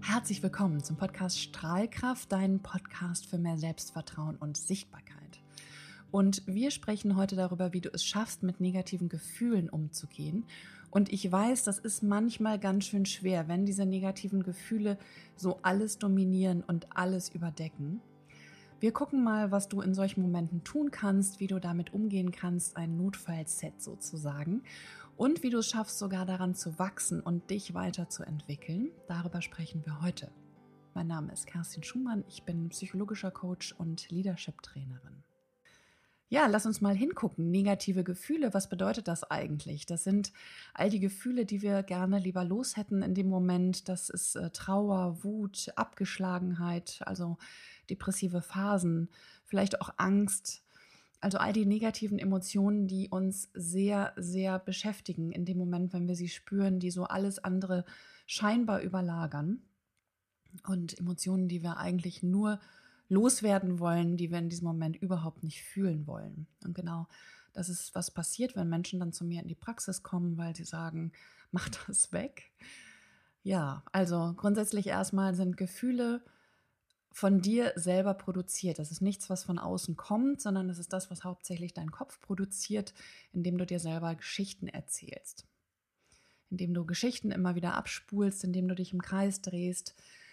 Herzlich willkommen zum Podcast Strahlkraft, dein Podcast für mehr Selbstvertrauen und Sichtbarkeit. Und wir sprechen heute darüber, wie du es schaffst, mit negativen Gefühlen umzugehen. Und ich weiß, das ist manchmal ganz schön schwer, wenn diese negativen Gefühle so alles dominieren und alles überdecken. Wir gucken mal, was du in solchen Momenten tun kannst, wie du damit umgehen kannst, ein Notfallset sozusagen, und wie du es schaffst, sogar daran zu wachsen und dich weiterzuentwickeln. Darüber sprechen wir heute. Mein Name ist Kerstin Schumann, ich bin psychologischer Coach und Leadership-Trainerin. Ja, lass uns mal hingucken. Negative Gefühle, was bedeutet das eigentlich? Das sind all die Gefühle, die wir gerne lieber los hätten in dem Moment. Das ist Trauer, Wut, Abgeschlagenheit, also depressive Phasen, vielleicht auch Angst. Also all die negativen Emotionen, die uns sehr, sehr beschäftigen in dem Moment, wenn wir sie spüren, die so alles andere scheinbar überlagern. Und Emotionen, die wir eigentlich nur loswerden wollen, die wir in diesem Moment überhaupt nicht fühlen wollen. Und genau das ist, was passiert, wenn Menschen dann zu mir in die Praxis kommen, weil sie sagen, mach das weg. Ja, also grundsätzlich erstmal sind Gefühle von dir selber produziert. Das ist nichts, was von außen kommt, sondern das ist das, was hauptsächlich dein Kopf produziert, indem du dir selber Geschichten erzählst. Indem du Geschichten immer wieder abspulst, indem du dich im Kreis drehst.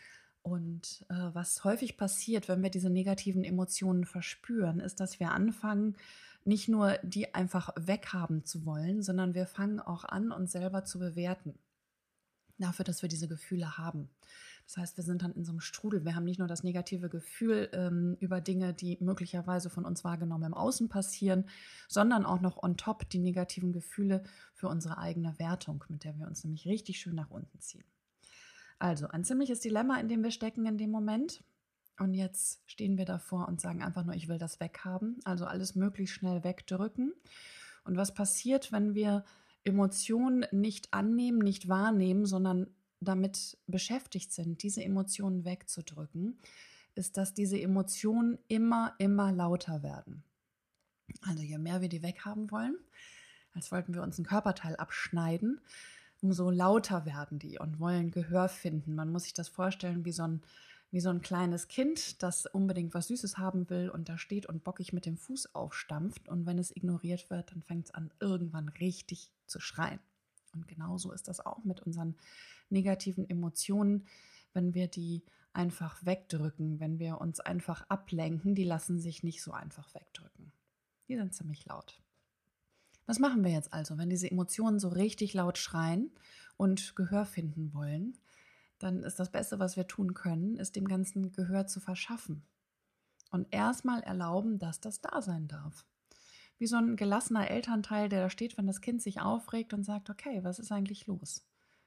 Und was häufig passiert, wenn wir diese negativen Emotionen verspüren, ist, dass wir anfangen, nicht nur die einfach weghaben zu wollen, sondern wir fangen auch an, uns selber zu bewerten. Dafür, dass wir diese Gefühle haben. Das heißt, wir sind dann in so einem Strudel. Wir haben nicht nur das negative Gefühl über Dinge, die möglicherweise von uns wahrgenommen im Außen passieren, sondern auch noch on top die negativen Gefühle für unsere eigene Wertung, mit der wir uns nämlich richtig schön nach unten ziehen. Also ein ziemliches Dilemma, in dem wir stecken in dem Moment. Und jetzt stehen wir davor und sagen einfach nur, ich will das weghaben. Also alles möglichst schnell wegdrücken. Und was passiert, wenn wir Emotionen nicht annehmen, nicht wahrnehmen, sondern damit beschäftigt sind, diese Emotionen wegzudrücken, ist, dass diese Emotionen immer, immer lauter werden. Also je mehr wir die weghaben wollen, als wollten wir uns ein Körperteil abschneiden, umso lauter werden die und wollen Gehör finden. Man muss sich das vorstellen wie so ein kleines Kind, das unbedingt was Süßes haben will und da steht und bockig mit dem Fuß aufstampft. Und wenn es ignoriert wird, dann fängt es an, irgendwann richtig zu schreien. Und genauso ist das auch mit unseren negativen Emotionen. Wenn wir die einfach wegdrücken, wenn wir uns einfach ablenken, die lassen sich nicht so einfach wegdrücken. Die sind ziemlich laut. Was machen wir jetzt also, wenn diese Emotionen so richtig laut schreien und Gehör finden wollen? Dann ist das Beste, was wir tun können, ist dem Ganzen Gehör zu verschaffen. Und erstmal erlauben, dass das da sein darf. Wie so ein gelassener Elternteil, der da steht, wenn das Kind sich aufregt und sagt, okay, was ist eigentlich los?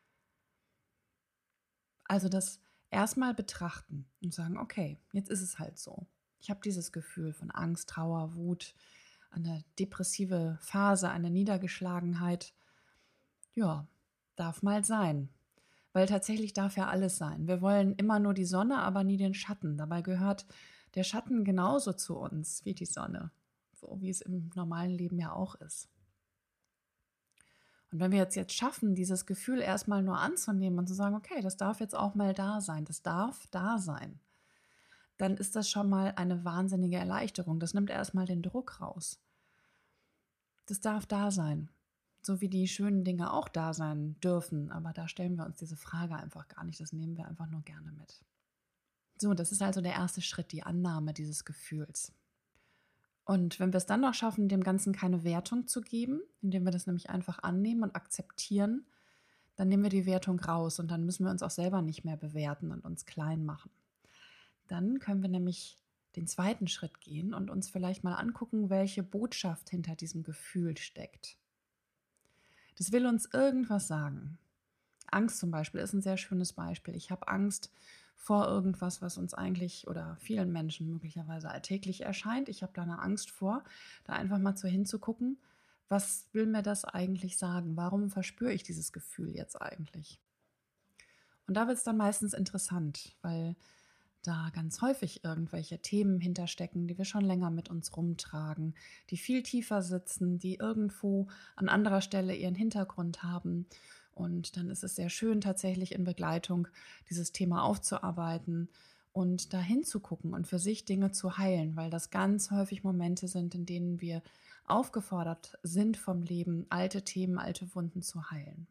Also das erstmal betrachten und sagen, okay, jetzt ist es halt so. Ich habe dieses Gefühl von Angst, Trauer, Wut, eine depressive Phase, eine Niedergeschlagenheit. Ja, darf mal sein. Weil tatsächlich darf ja alles sein. Wir wollen immer nur die Sonne, aber nie den Schatten. Dabei gehört der Schatten genauso zu uns wie die Sonne. So wie es im normalen Leben ja auch ist. Und wenn wir jetzt schaffen, dieses Gefühl erstmal nur anzunehmen und zu sagen, okay, das darf jetzt auch mal da sein, das darf da sein, dann ist das schon mal eine wahnsinnige Erleichterung. Das nimmt erstmal den Druck raus. Das darf da sein. So wie die schönen Dinge auch da sein dürfen. Aber da stellen wir uns diese Frage einfach gar nicht. Das nehmen wir einfach nur gerne mit. So, das ist also der erste Schritt, die Annahme dieses Gefühls. Und wenn wir es dann noch schaffen, dem Ganzen keine Wertung zu geben, indem wir das nämlich einfach annehmen und akzeptieren, dann nehmen wir die Wertung raus und dann müssen wir uns auch selber nicht mehr bewerten und uns klein machen. Dann können wir nämlich den zweiten Schritt gehen und uns vielleicht mal angucken, welche Botschaft hinter diesem Gefühl steckt. Das will uns irgendwas sagen. Angst zum Beispiel ist ein sehr schönes Beispiel. Ich habe Angst vor irgendwas, was uns eigentlich oder vielen Menschen möglicherweise alltäglich erscheint. Ich habe da eine Angst vor, da einfach mal so hinzugucken, was will mir das eigentlich sagen? Warum verspüre ich dieses Gefühl jetzt eigentlich? Und da wird es dann meistens interessant, weil da ganz häufig irgendwelche Themen hinterstecken, die wir schon länger mit uns rumtragen, die viel tiefer sitzen, die irgendwo an anderer Stelle ihren Hintergrund haben Und dann ist es sehr schön, tatsächlich in Begleitung dieses Thema aufzuarbeiten und da hinzugucken und für sich Dinge zu heilen, weil das ganz häufig Momente sind, in denen wir aufgefordert sind vom Leben, alte Themen, alte Wunden zu heilen.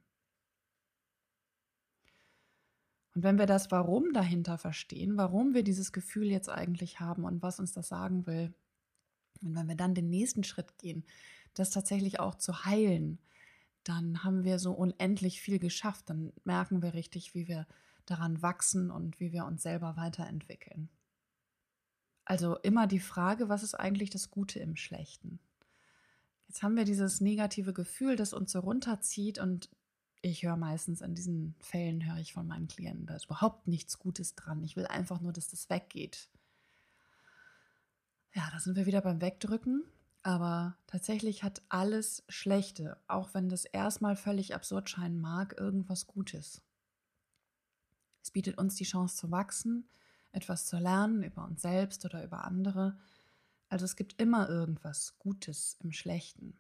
Und wenn wir das Warum dahinter verstehen, warum wir dieses Gefühl jetzt eigentlich haben und was uns das sagen will, und wenn wir dann den nächsten Schritt gehen, das tatsächlich auch zu heilen, dann haben wir so unendlich viel geschafft. Dann merken wir richtig, wie wir daran wachsen und wie wir uns selber weiterentwickeln. Also immer die Frage, was ist eigentlich das Gute im Schlechten? Jetzt haben wir dieses negative Gefühl, das uns so runterzieht, und ich höre meistens in diesen Fällen, höre ich von meinen Klienten, da ist überhaupt nichts Gutes dran. Ich will einfach nur, dass das weggeht. Ja, da sind wir wieder beim Wegdrücken. Aber tatsächlich hat alles Schlechte, auch wenn das erstmal völlig absurd scheinen mag, irgendwas Gutes. Es bietet uns die Chance zu wachsen, etwas zu lernen über uns selbst oder über andere. Also es gibt immer irgendwas Gutes im Schlechten.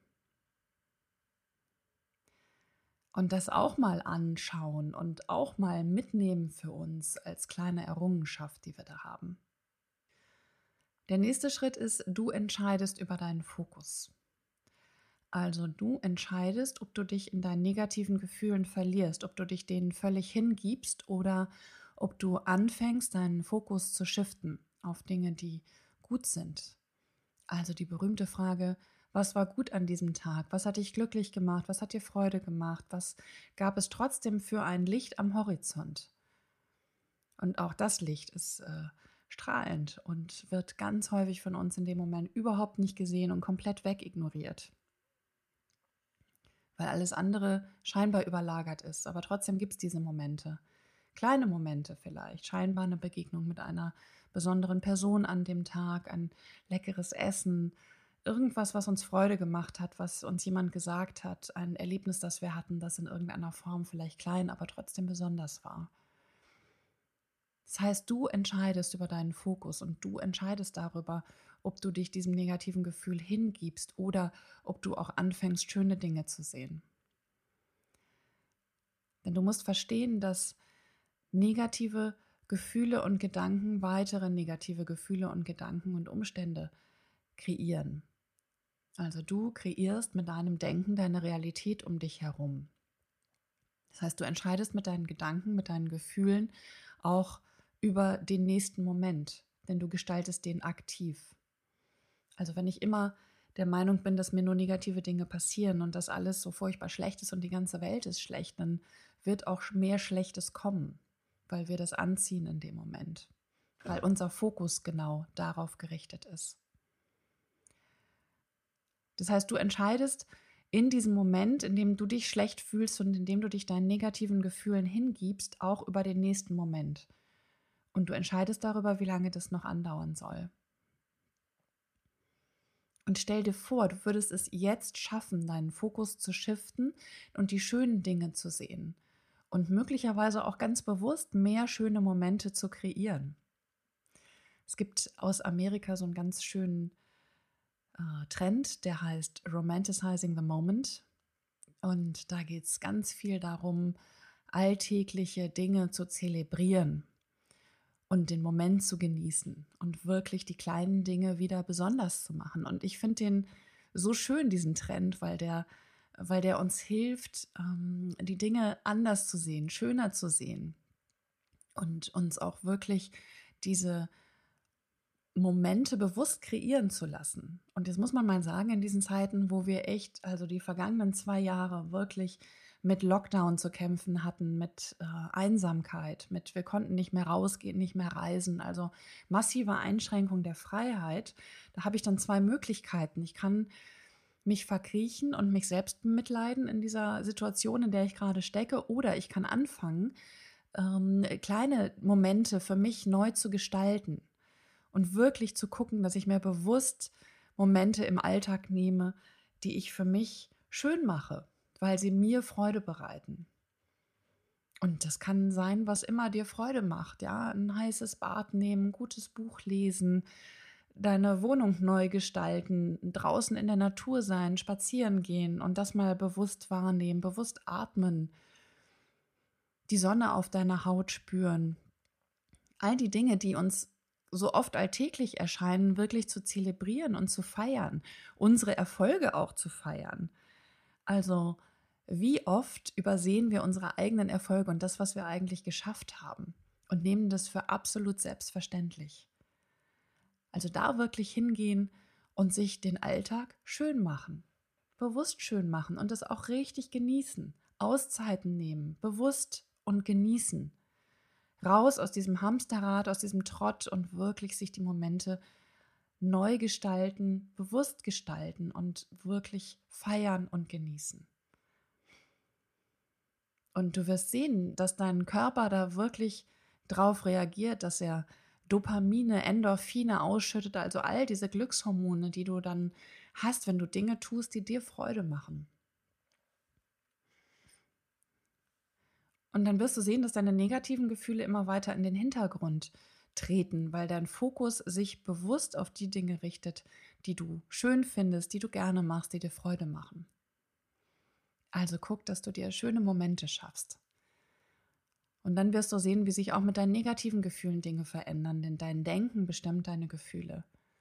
Und das auch mal anschauen und auch mal mitnehmen für uns als kleine Errungenschaft, die wir da haben. Der nächste Schritt ist, du entscheidest über deinen Fokus. Also du entscheidest, ob du dich in deinen negativen Gefühlen verlierst, ob du dich denen völlig hingibst oder ob du anfängst, deinen Fokus zu shiften auf Dinge, die gut sind. Also die berühmte Frage, was war gut an diesem Tag? Was hat dich glücklich gemacht? Was hat dir Freude gemacht? Was gab es trotzdem für ein Licht am Horizont? Und auch das Licht ist strahlend und wird ganz häufig von uns in dem Moment überhaupt nicht gesehen und komplett wegignoriert, weil alles andere scheinbar überlagert ist. Aber trotzdem gibt es diese Momente. Kleine Momente vielleicht, scheinbar eine Begegnung mit einer besonderen Person an dem Tag, ein leckeres Essen, irgendwas, was uns Freude gemacht hat, was uns jemand gesagt hat, ein Erlebnis, das wir hatten, das in irgendeiner Form vielleicht klein, aber trotzdem besonders war. Das heißt, du entscheidest über deinen Fokus und du entscheidest darüber, ob du dich diesem negativen Gefühl hingibst oder ob du auch anfängst, schöne Dinge zu sehen. Denn du musst verstehen, dass negative Gefühle und Gedanken weitere negative Gefühle und Gedanken und Umstände kreieren. Also du kreierst mit deinem Denken deine Realität um dich herum. Das heißt, du entscheidest mit deinen Gedanken, mit deinen Gefühlen auch über den nächsten Moment, denn du gestaltest den aktiv. Also wenn ich immer der Meinung bin, dass mir nur negative Dinge passieren und dass alles so furchtbar schlecht ist und die ganze Welt ist schlecht, dann wird auch mehr Schlechtes kommen, weil wir das anziehen in dem Moment, weil unser Fokus genau darauf gerichtet ist. Das heißt, du entscheidest in diesem Moment, in dem du dich schlecht fühlst und in dem du dich deinen negativen Gefühlen hingibst, auch über den nächsten Moment. Und du entscheidest darüber, wie lange das noch andauern soll. Und stell dir vor, du würdest es jetzt schaffen, deinen Fokus zu shiften und die schönen Dinge zu sehen. Und möglicherweise auch ganz bewusst mehr schöne Momente zu kreieren. Es gibt aus Amerika so einen ganz schönen Trend, der heißt Romanticizing the Moment. Und da geht es ganz viel darum, alltägliche Dinge zu zelebrieren und den Moment zu genießen und wirklich die kleinen Dinge wieder besonders zu machen. Und ich finde den so schön, diesen Trend, weil der uns hilft, die Dinge anders zu sehen, schöner zu sehen und uns auch wirklich diese Momente bewusst kreieren zu lassen. Und jetzt muss man mal sagen, in diesen Zeiten, wo wir echt, also die vergangenen 2 Jahre wirklich mit Lockdown zu kämpfen hatten, mit Einsamkeit, wir konnten nicht mehr rausgehen, nicht mehr reisen, also massive Einschränkung der Freiheit, da habe ich dann 2 Möglichkeiten. Ich kann mich verkriechen und mich selbst bemitleiden in dieser Situation, in der ich gerade stecke, oder ich kann anfangen, kleine Momente für mich neu zu gestalten. Und wirklich zu gucken, dass ich mir bewusst Momente im Alltag nehme, die ich für mich schön mache, weil sie mir Freude bereiten. Und das kann sein, was immer dir Freude macht. Ja, ein heißes Bad nehmen, ein gutes Buch lesen, deine Wohnung neu gestalten, draußen in der Natur sein, spazieren gehen und das mal bewusst wahrnehmen, bewusst atmen, die Sonne auf deiner Haut spüren. All die Dinge, die uns so oft alltäglich erscheinen, wirklich zu zelebrieren und zu feiern, unsere Erfolge auch zu feiern. Also, wie oft übersehen wir unsere eigenen Erfolge und das, was wir eigentlich geschafft haben und nehmen das für absolut selbstverständlich. Also da wirklich hingehen und sich den Alltag schön machen, bewusst schön machen und das auch richtig genießen, Auszeiten nehmen, bewusst und genießen. Raus aus diesem Hamsterrad, aus diesem Trott und wirklich sich die Momente neu gestalten, bewusst gestalten und wirklich feiern und genießen. Und du wirst sehen, dass dein Körper da wirklich drauf reagiert, dass er Dopamine, Endorphine ausschüttet, also all diese Glückshormone, die du dann hast, wenn du Dinge tust, die dir Freude machen. Und dann wirst du sehen, dass deine negativen Gefühle immer weiter in den Hintergrund treten, weil dein Fokus sich bewusst auf die Dinge richtet, die du schön findest, die du gerne machst, die dir Freude machen. Also guck, dass du dir schöne Momente schaffst. Und dann wirst du sehen, wie sich auch mit deinen negativen Gefühlen Dinge verändern, denn dein Denken bestimmt deine Gefühle.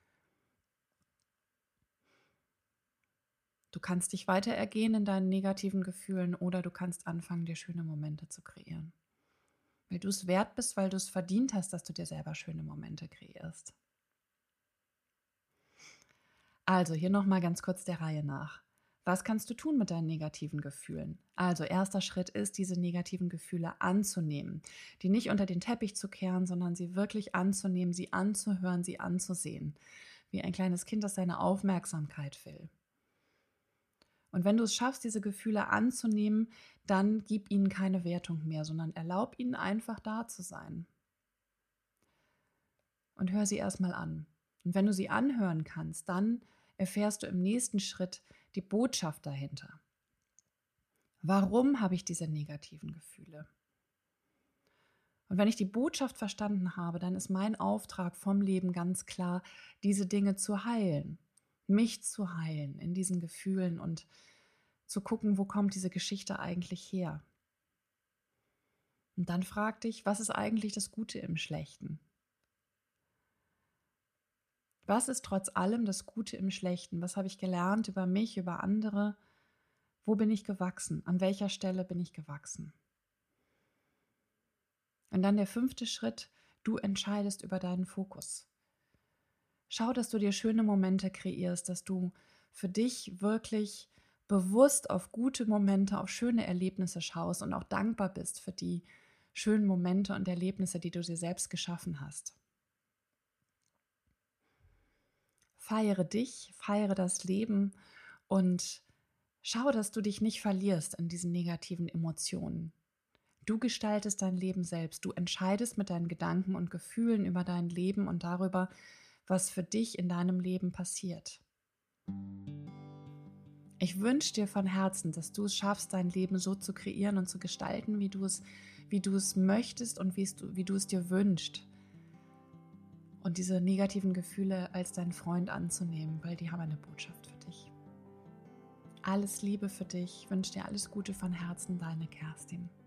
Du kannst dich weiter ergehen in deinen negativen Gefühlen oder du kannst anfangen, dir schöne Momente zu kreieren. Weil du es wert bist, weil du es verdient hast, dass du dir selber schöne Momente kreierst. Also hier nochmal ganz kurz der Reihe nach. Was kannst du tun mit deinen negativen Gefühlen? Also erster Schritt ist, diese negativen Gefühle anzunehmen, die nicht unter den Teppich zu kehren, sondern sie wirklich anzunehmen, sie anzuhören, sie anzusehen, wie ein kleines Kind, das seine Aufmerksamkeit will. Und wenn du es schaffst, diese Gefühle anzunehmen, dann gib ihnen keine Wertung mehr, sondern erlaub ihnen einfach da zu sein. Und hör sie erstmal an. Und wenn du sie anhören kannst, dann erfährst du im nächsten Schritt die Botschaft dahinter. Warum habe ich diese negativen Gefühle? Und wenn ich die Botschaft verstanden habe, dann ist mein Auftrag vom Leben ganz klar, diese Dinge zu heilen, mich zu heilen in diesen Gefühlen und zu gucken, wo kommt diese Geschichte eigentlich her. Und dann frag dich, was ist eigentlich das Gute im Schlechten? Was ist trotz allem das Gute im Schlechten? Was habe ich gelernt über mich, über andere? Wo bin ich gewachsen? An welcher Stelle bin ich gewachsen? Und dann der 5. Schritt, du entscheidest über deinen Fokus. Schau, dass du dir schöne Momente kreierst, dass du für dich wirklich bewusst auf gute Momente, auf schöne Erlebnisse schaust und auch dankbar bist für die schönen Momente und Erlebnisse, die du dir selbst geschaffen hast. Feiere dich, feiere das Leben und schau, dass du dich nicht verlierst in diesen negativen Emotionen. Du gestaltest dein Leben selbst. Du entscheidest mit deinen Gedanken und Gefühlen über dein Leben und darüber, was für dich in deinem Leben passiert. Ich wünsche dir von Herzen, dass du es schaffst, dein Leben so zu kreieren und zu gestalten, wie du es möchtest und wie du es dir wünschst. Und diese negativen Gefühle als deinen Freund anzunehmen, weil die haben eine Botschaft für dich. Alles Liebe für dich, ich wünsche dir alles Gute von Herzen, deine Kerstin.